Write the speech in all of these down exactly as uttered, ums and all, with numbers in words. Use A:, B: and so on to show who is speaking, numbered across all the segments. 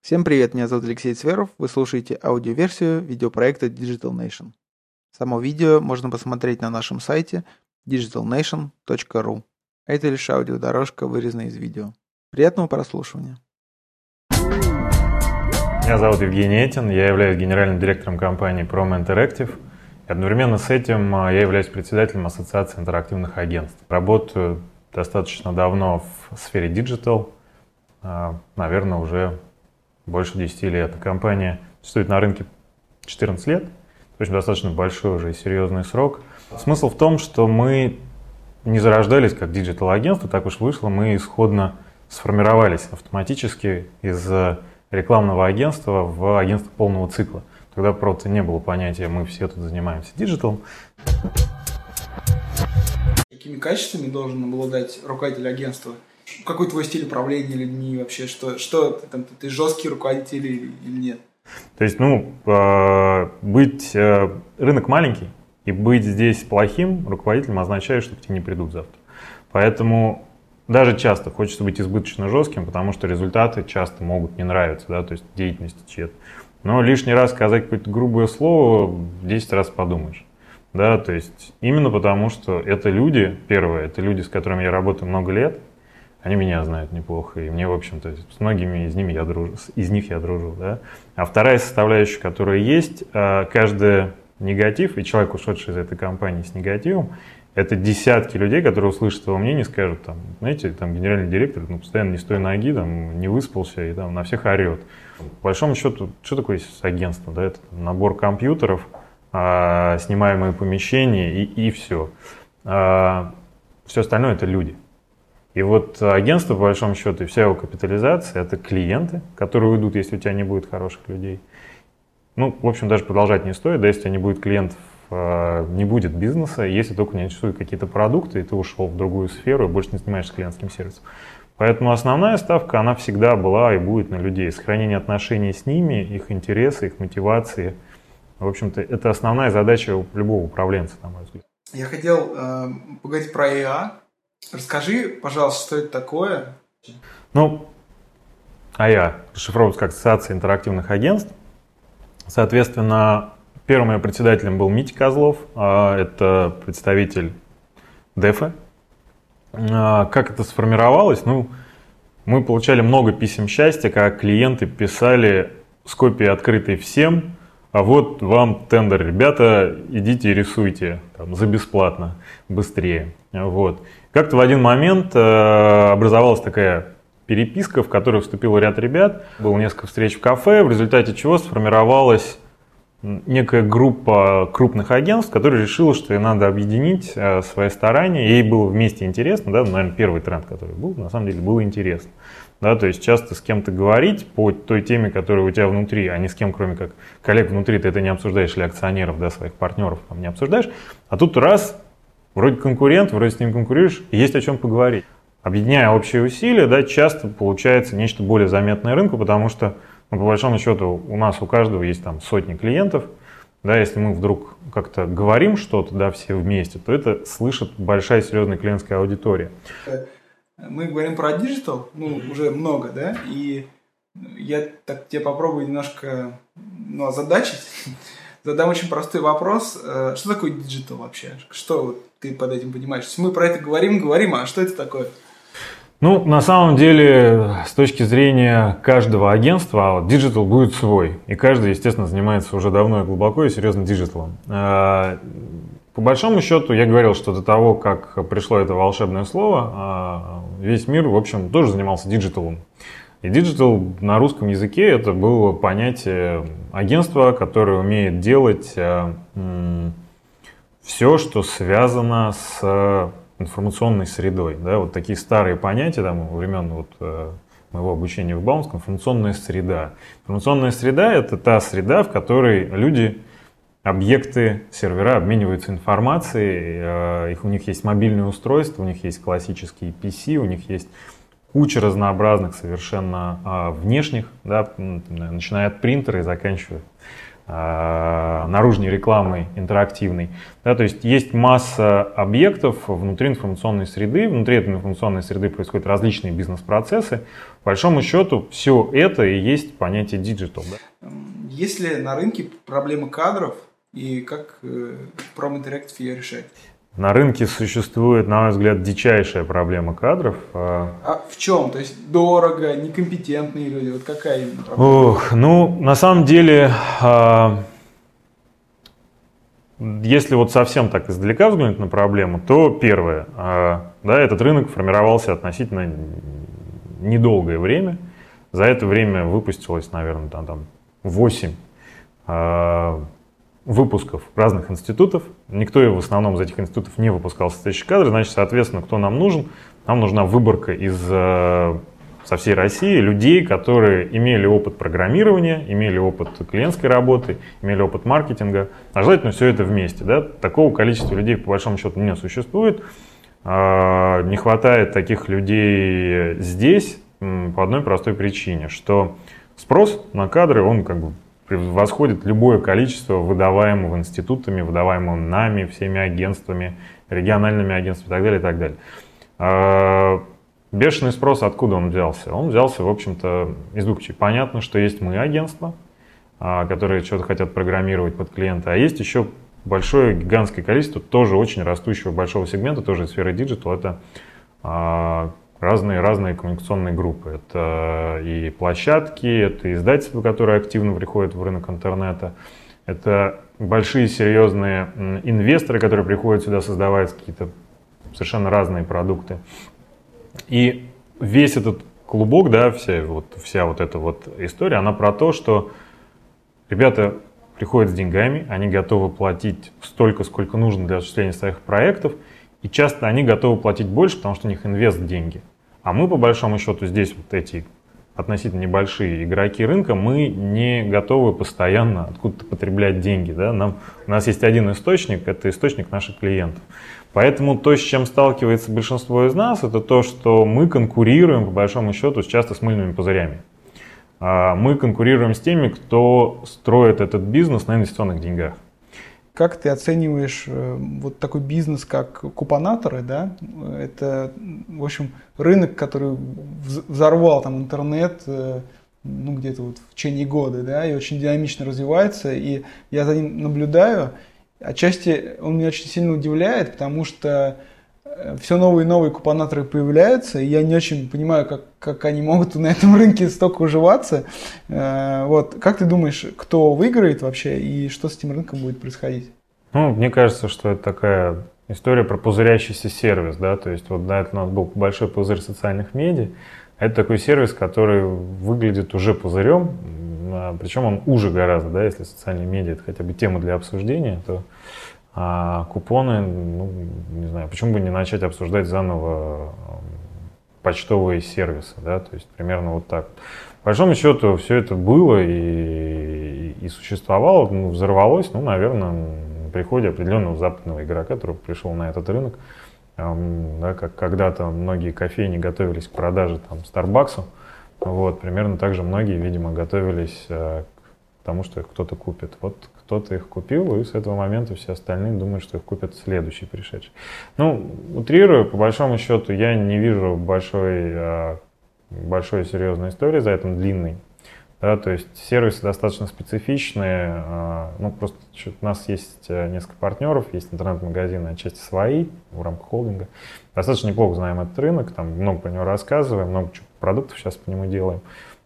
A: Всем привет, меня зовут Алексей Цверов, вы слушаете аудиоверсию видеопроекта Digital Nation. Само видео можно посмотреть на нашем сайте диджитал нэйшн точка ру. Это лишь аудиодорожка, вырезанная из видео. Приятного прослушивания.
B: Меня зовут Евгений Этин, я являюсь генеральным директором компании Promo Interactive. И одновременно с этим я являюсь председателем Ассоциации интерактивных агентств. Работаю достаточно давно в сфере диджитал, наверное, уже больше десяти лет. Компания существует на рынке четырнадцать лет, то есть достаточно большой уже и серьезный срок. Смысл в том, что мы не зарождались как диджитал-агентство, так уж вышло, мы исходно сформировались автоматически из рекламного агентства в агентство полного цикла. Тогда просто не было понятия, мы все тут занимаемся диджиталом.
A: Какими качествами должен обладать руководитель агентства? Какой твой стиль управления людьми вообще? Что, что ты, там, ты жесткий руководитель или нет?
B: То есть, ну, э, быть э, рынок маленький и быть здесь плохим руководителем означает, что к тебе не придут завтра. Поэтому даже часто хочется быть избыточно жестким, потому что результаты часто могут не нравиться, да, то есть деятельность чья-то. Но лишний раз сказать какое-то грубое слово, десять раз подумаешь. Да, то есть именно потому, что это люди, первое, это люди, с которыми я работаю много лет, они меня знают неплохо, и мне, в общем-то, с многими из, ними я дружу, из них я дружу. Да? А вторая составляющая, которая есть, каждый негатив, и человек, ушедший из этой компании с негативом, это десятки людей, которые услышат его мнение и скажут, там, знаете, там генеральный директор ну, постоянно не с той ноги, там, не выспался и там, на всех орет. По большому счету, что такое агентство? Да? Это набор компьютеров, снимаемые помещения и, и все. Все остальное – это люди. И вот агентство, по большому счету, и вся его капитализация – это клиенты, которые уйдут, если у тебя не будет хороших людей. Ну, в общем, даже продолжать не стоит, да, если у тебя не будет клиентов, не будет бизнеса, если только не существуют какие-то продукты, и ты ушел в другую сферу и больше не занимаешься клиентским сервисом. Поэтому основная ставка, она всегда была и будет на людей. Сохранение отношений с ними, их интересы, их мотивации. В общем-то, это основная задача любого управленца, на мой взгляд.
A: Я хотел э, поговорить про эй ай. Расскажи, пожалуйста, что это такое?
B: Ну, эй ай расшифровывается как Ассоциация интерактивных агентств. Соответственно, первым моим председателем был Митя Козлов. Это представитель дэфа. Как это сформировалось? Ну, мы получали много писем счастья, как клиенты писали с копией открытой всем. А вот вам тендер, ребята, идите и рисуйте там, за бесплатно, быстрее. Вот. Как-то в один момент э, образовалась такая переписка, в которую вступил ряд ребят. Было несколько встреч в кафе, в результате чего сформировалась некая группа крупных агентств, которая решила, что ей надо объединить э, свои старания. Ей было вместе интересно, да, наверное, первый тренд, который был, на самом деле было интересно. Да, то есть часто с кем-то говорить по той теме, которая у тебя внутри, а не с кем, кроме как коллег внутри, ты это не обсуждаешь, или акционеров, да, своих партнеров там не обсуждаешь. А тут раз, вроде конкурент, вроде с ним конкурируешь, и есть о чем поговорить. Объединяя общие усилия, да, часто получается нечто более заметное рынку, потому что, ну, по большому счету, у нас у каждого есть там сотни клиентов. Да, если мы вдруг как-то говорим что-то, да, все вместе, то это слышит большая серьезная клиентская аудитория.
A: Мы говорим про диджитал, ну, уже много, да, и я так тебе попробую немножко, ну, озадачить. Задам очень простой вопрос. Что такое диджитал вообще? Что ты под этим понимаешь? Мы про это говорим, говорим, а что это такое?
B: Ну, на самом деле, с точки зрения каждого агентства, диджитал будет свой. И каждый, естественно, занимается уже давно и глубоко и серьезно диджиталом. По большому счету, я говорил, что до того, как пришло это волшебное слово, весь мир, в общем, тоже занимался диджиталом. И диджитал на русском языке это было понятие агентства, которое умеет делать все, что связано с информационной средой. Да, вот такие старые понятия там, во времен вот, моего обучения в Баумском, информационная среда. Информационная среда – это та среда, в которой люди, объекты, сервера обмениваются информацией, их, у них есть мобильные устройства, у них есть классические пи си, у них есть куча разнообразных совершенно а, внешних, да, начиная от принтера и заканчивая наружной рекламой интерактивной. Да, то есть есть масса объектов внутри информационной среды. Внутри этой информационной среды происходят различные бизнес-процессы. По большому счету все это и есть понятие диджитал. Да?
A: Есть ли на рынке проблемы кадров и как Prom Interactive ее решает?
B: На рынке существует, на мой взгляд, дичайшая проблема кадров.
A: А в чем? То есть дорого, некомпетентные люди? Вот какая именно проблема?
B: Ох, ну, на самом деле, если вот совсем так издалека взглянуть на проблему, то первое, да, этот рынок формировался относительно недолгое время. За это время выпустилось, наверное, там, там восемь выпусков разных институтов. Никто в основном из этих институтов не выпускал соответствующие кадры. Значит, соответственно, кто нам нужен? Нам нужна выборка из, со всей России людей, которые имели опыт программирования, имели опыт клиентской работы, имели опыт маркетинга. А желательно все это вместе. Да? Такого количества людей, по большому счету, не существует. Не хватает таких людей здесь по одной простой причине, что спрос на кадры, он как бы превосходит любое количество выдаваемого институтами, выдаваемого нами, всеми агентствами, региональными агентствами и так далее, и так далее. Бешеный спрос, откуда он взялся? Он взялся, в общем-то, из двух частей. Понятно, что есть мы, агентства, которые что-то хотят программировать под клиента, а есть еще большое, гигантское количество тоже очень растущего большого сегмента, тоже из сферы диджитал, это разные, разные коммуникационные группы. Это и площадки, это издательства, которые активно приходят в рынок интернета, это большие серьезные инвесторы, которые приходят сюда создавать какие-то совершенно разные продукты. И весь этот клубок, да, вся вот, вся вот эта вот история, она про то, что ребята приходят с деньгами, они готовы платить столько, сколько нужно для осуществления своих проектов, и часто они готовы платить больше, потому что у них инвест деньги. А мы, по большому счету, здесь вот эти относительно небольшие игроки рынка, мы не готовы постоянно откуда-то потреблять деньги. Да? Нам, у нас есть один источник, это источник наших клиентов. Поэтому то, с чем сталкивается большинство из нас, это то, что мы конкурируем, по большому счету, часто с мыльными пузырями. Мы конкурируем с теми, кто строит этот бизнес на инвестиционных деньгах.
A: Как ты оцениваешь вот такой бизнес, как купонаторы, да? Это, в общем, рынок, который взорвал там интернет, ну, где-то вот в течение года, да, и очень динамично развивается, и я за ним наблюдаю. Отчасти он меня очень сильно удивляет, потому что все новые и новые купонаторы появляются, и я не очень понимаю, как, как они могут на этом рынке столько уживаться. Вот. Как ты думаешь, кто выиграет вообще, и что с этим рынком будет происходить?
B: Ну, мне кажется, что это такая история про пузырящийся сервис, да, то есть вот да, это у нас был большой пузырь социальных медиа, это такой сервис, который выглядит уже пузырем, причем он уже гораздо, да, если социальные медиа это хотя бы тема для обсуждения, то а купоны, ну, не знаю, почему бы не начать обсуждать заново почтовые сервисы, да, то есть примерно вот так. По большому счету все это было и, и существовало, ну, взорвалось, ну, наверное, на приходе определенного западного игрока, который пришел на этот рынок. Да, как когда-то многие кофейни готовились к продаже там Starbucks'у, вот, примерно так же многие, видимо, готовились к тому, что их кто-то купит. Вот кто-то их купил, и с этого момента все остальные думают, что их купят следующий пришедший. Ну, утрирую, по большому счету, я не вижу большой, большой серьезной истории за этим, длинной. Да, то есть сервисы достаточно специфичные. Ну, просто у нас есть несколько партнеров, есть интернет-магазины, отчасти свои в рамках холдинга. Достаточно неплохо знаем этот рынок, там много про него рассказываем, много продуктов сейчас по нему делаем.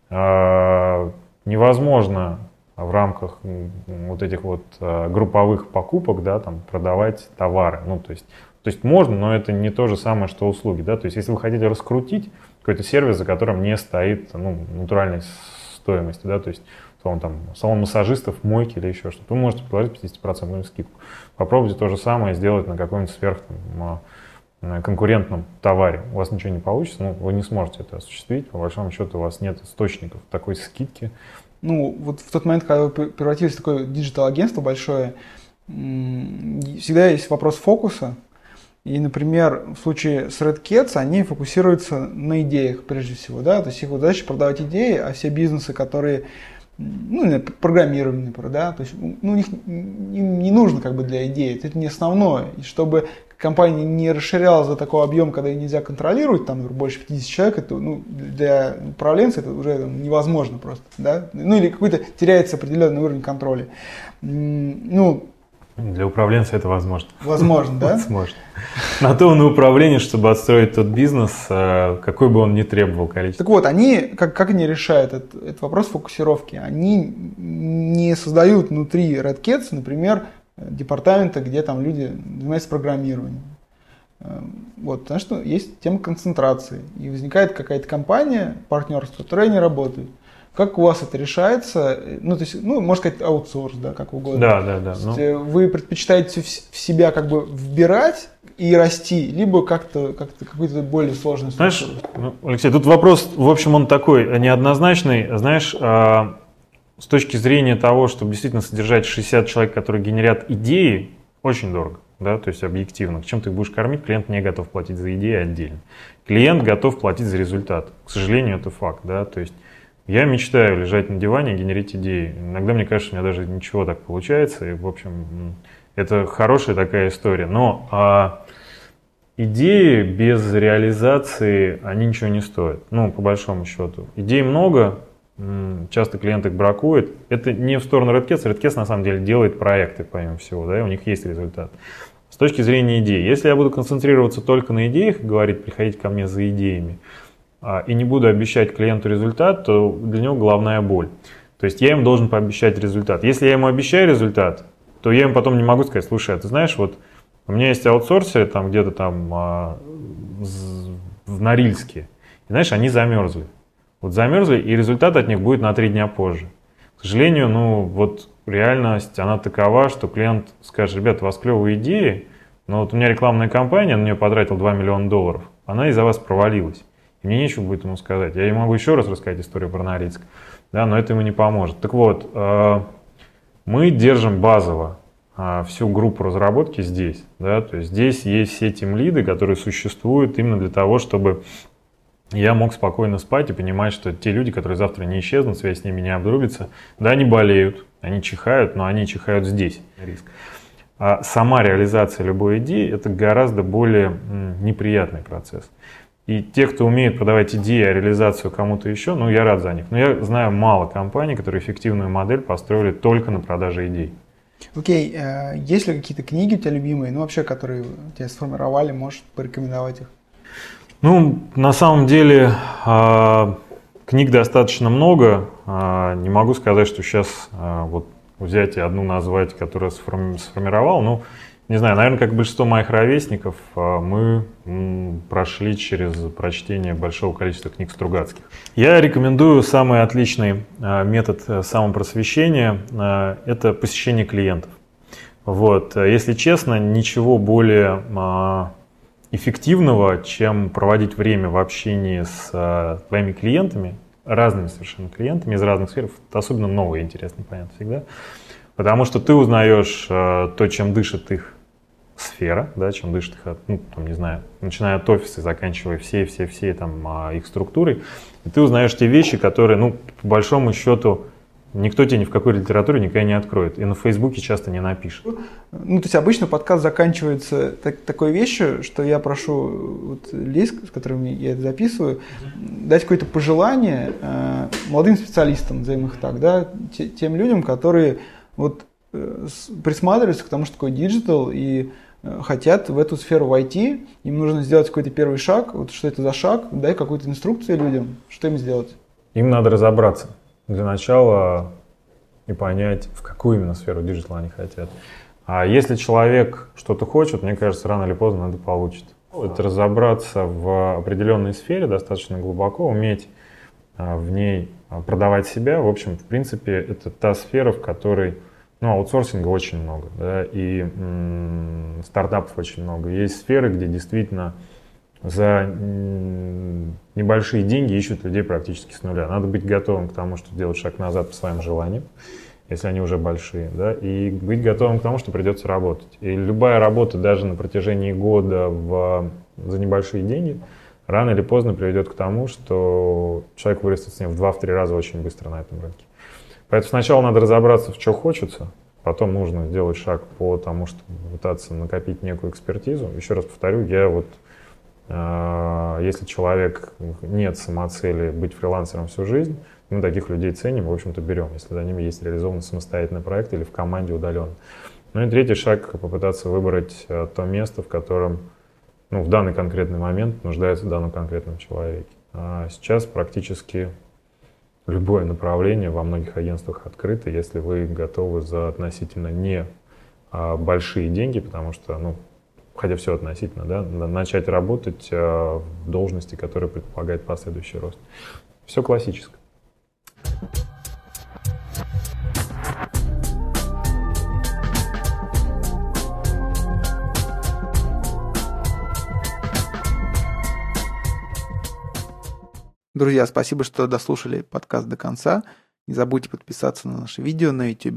B: Невозможно в рамках вот этих вот групповых покупок, да, там, продавать товары. Ну, то есть, то есть можно, но это не то же самое, что услуги. Да? То есть если вы хотите раскрутить какой-то сервис, за которым не стоит, ну, натуральной стоимости, да, то есть он там салон массажистов, мойки или еще что-то, вы можете предложить пятьдесят процентов скидку. Попробуйте то же самое сделать на каком-нибудь сверх там, конкурентном товаре. У вас ничего не получится, ну, вы не сможете это осуществить, по большому счету у вас нет источников такой скидки.
A: Ну, вот в тот момент, когда вы превратились в такое диджитал-агентство большое, всегда есть вопрос фокуса. И, например, в случае с Red Cats они фокусируются на идеях прежде всего, да, то есть их вот задача продавать идеи, а все бизнесы, которые ну, программирование, например, да, то есть, ну, у них им не нужно как бы для идеи, это не основное, и чтобы компания не расширялась за такой объем, когда ее нельзя контролировать, там, например, больше пятьдесят человек, это, ну, для управленца это уже невозможно просто, да, ну, или какой-то теряется определенный уровень контроля. Ну,
B: для управленца это возможно.
A: Возможно, да?
B: Возможно. На то он и управление, чтобы отстроить тот бизнес, какой бы он ни требовал количество.
A: Так вот, они, как, как они решают этот, этот вопрос фокусировки? Они не создают внутри Red Cats, например, департамента, где там люди занимаются программированием. Вот, потому что есть тема концентрации. И возникает какая-то компания, партнерство, в которой они работают. Как у вас это решается? Ну, то есть, ну, можно сказать, аутсорс, да, как угодно.
B: Да, да, да.
A: Ну. Вы предпочитаете в себя как бы вбирать и расти, либо как-то, как-то какой-то более сложный структуру?
B: Знаешь, ну, Алексей, тут вопрос, в общем, он такой неоднозначный. Знаешь, а, с точки зрения того, чтобы действительно содержать шестьдесят человек, которые генерят идеи, очень дорого. Да, то есть объективно. Чем ты их будешь кормить, клиент не готов платить за идеи отдельно. Клиент готов платить за результат. К сожалению, это факт. Да, то есть я мечтаю лежать на диване и генерить идеи. Иногда мне кажется, у меня даже ничего так получается. И, в общем, это хорошая такая история. Но а, идеи без реализации, они ничего не стоят. Ну, по большому счету. Идей много, часто клиент их бракует. Это не в сторону Red Cats. Red Cats на самом деле делает проекты, помимо всего, да, и у них есть результат. С точки зрения идей. Если я буду концентрироваться только на идеях и говорить, приходите ко мне за идеями, и не буду обещать клиенту результат, то для него головная боль. То есть я ему должен пообещать результат. Если я ему обещаю результат, то я ему потом не могу сказать: слушай, а ты знаешь, вот у меня есть аутсорсеры там где-то там а, в Норильске, и знаешь, они замерзли. Вот замерзли, и результат от них будет на три дня позже. К сожалению, ну вот реальность, она такова, что клиент скажет: ребята, у вас клевые идеи, но вот у меня рекламная кампания, на нее потратил два миллиона долларов, она из-за вас провалилась. И мне нечего будет ему сказать. Я ему могу еще раз рассказать историю про Норильск, да, но это ему не поможет. Так вот, мы держим базово всю группу разработки здесь. Да, то есть здесь есть все тимлиды, которые существуют именно для того, чтобы я мог спокойно спать и понимать, что те люди, которые завтра не исчезнут, связь с ними не обрубится, да, они болеют, они чихают, но они чихают здесь. Риск. А сама реализация любой идеи – это гораздо более неприятный процесс. И те, кто умеет продавать идеи, а реализацию кому-то еще, ну, я рад за них. Но я знаю мало компаний, которые эффективную модель построили только на продаже идей.
A: Окей, okay. Есть ли какие-то книги у тебя любимые, ну, вообще, которые тебя сформировали, можешь порекомендовать их?
B: Ну, на самом деле, книг достаточно много. Не могу сказать, что сейчас вот взять и одну назвать, которая сформировала. Ну, не знаю, наверное, как большинство моих ровесников, мы прошли через прочтение большого количества книг Стругацких. Я рекомендую самый отличный метод самопросвещения – это посещение клиентов. Вот. Если честно, ничего более эффективного, чем проводить время в общении с твоими клиентами, разными совершенно клиентами из разных сфер, особенно новые, интересно, понятно, всегда. Потому что ты узнаешь то, чем дышит их сфера, да, чем дышит их, ну, там, не знаю, начиная от офиса, заканчивая все-все-все там их структурой, и ты узнаешь те вещи, которые, ну, по большому счету, никто тебе ни в какой литературе никогда не откроет. И на Фейсбуке часто не напишет.
A: Ну, то есть обычно подкаст заканчивается так, такой вещью, что я прошу вот, Лиз, с которым я это записываю, mm-hmm. дать какое-то пожелание э, молодым специалистам, назовем их так, да, те, тем людям, которые вот, э, присматриваются к тому, что такое диджитал, и э, хотят в эту сферу войти. Им нужно сделать какой-то первый шаг. Вот что это за шаг? Дай какую-то инструкцию людям, что им сделать.
B: Им надо разобраться. Для начала и понять, в какую именно сферу диджитала они хотят. А если человек что-то хочет, мне кажется, рано или поздно надо получит. Это разобраться в определенной сфере достаточно глубоко, уметь в ней продавать себя. В общем, в принципе, это та сфера, в которой, ну, аутсорсинга очень много, да, и м- стартапов очень много. Есть сферы, где действительно за небольшие деньги ищут людей практически с нуля. Надо быть готовым к тому, что делать шаг назад по своим желаниям, если они уже большие, да, и быть готовым к тому, что придется работать. И любая работа, даже на протяжении года в, за небольшие деньги, рано или поздно приведет к тому, что человек вырастет с ним в два-три раза очень быстро на этом рынке. Поэтому сначала надо разобраться, в что хочется, потом нужно сделать шаг по тому, чтобы пытаться накопить некую экспертизу. Еще раз повторю, я вот, э, если человек нет самоцели быть фрилансером всю жизнь, мы таких людей ценим, в общем-то, берем, если за ними есть реализованный самостоятельный проект или в команде удаленно. Ну и третий шаг — попытаться выбрать э, то место, в котором, ну, в данный конкретный момент нуждается в данном конкретном человеке. А сейчас практически любое направление во многих агентствах открыто, если вы готовы за относительно не а, большие деньги, потому что, ну, хотя все относительно, да, начать работать а, в должности, которая предполагает последующий рост. Все классическое.
A: Друзья, спасибо, что дослушали подкаст до конца. Не забудьте подписаться на наше видео на YouTube.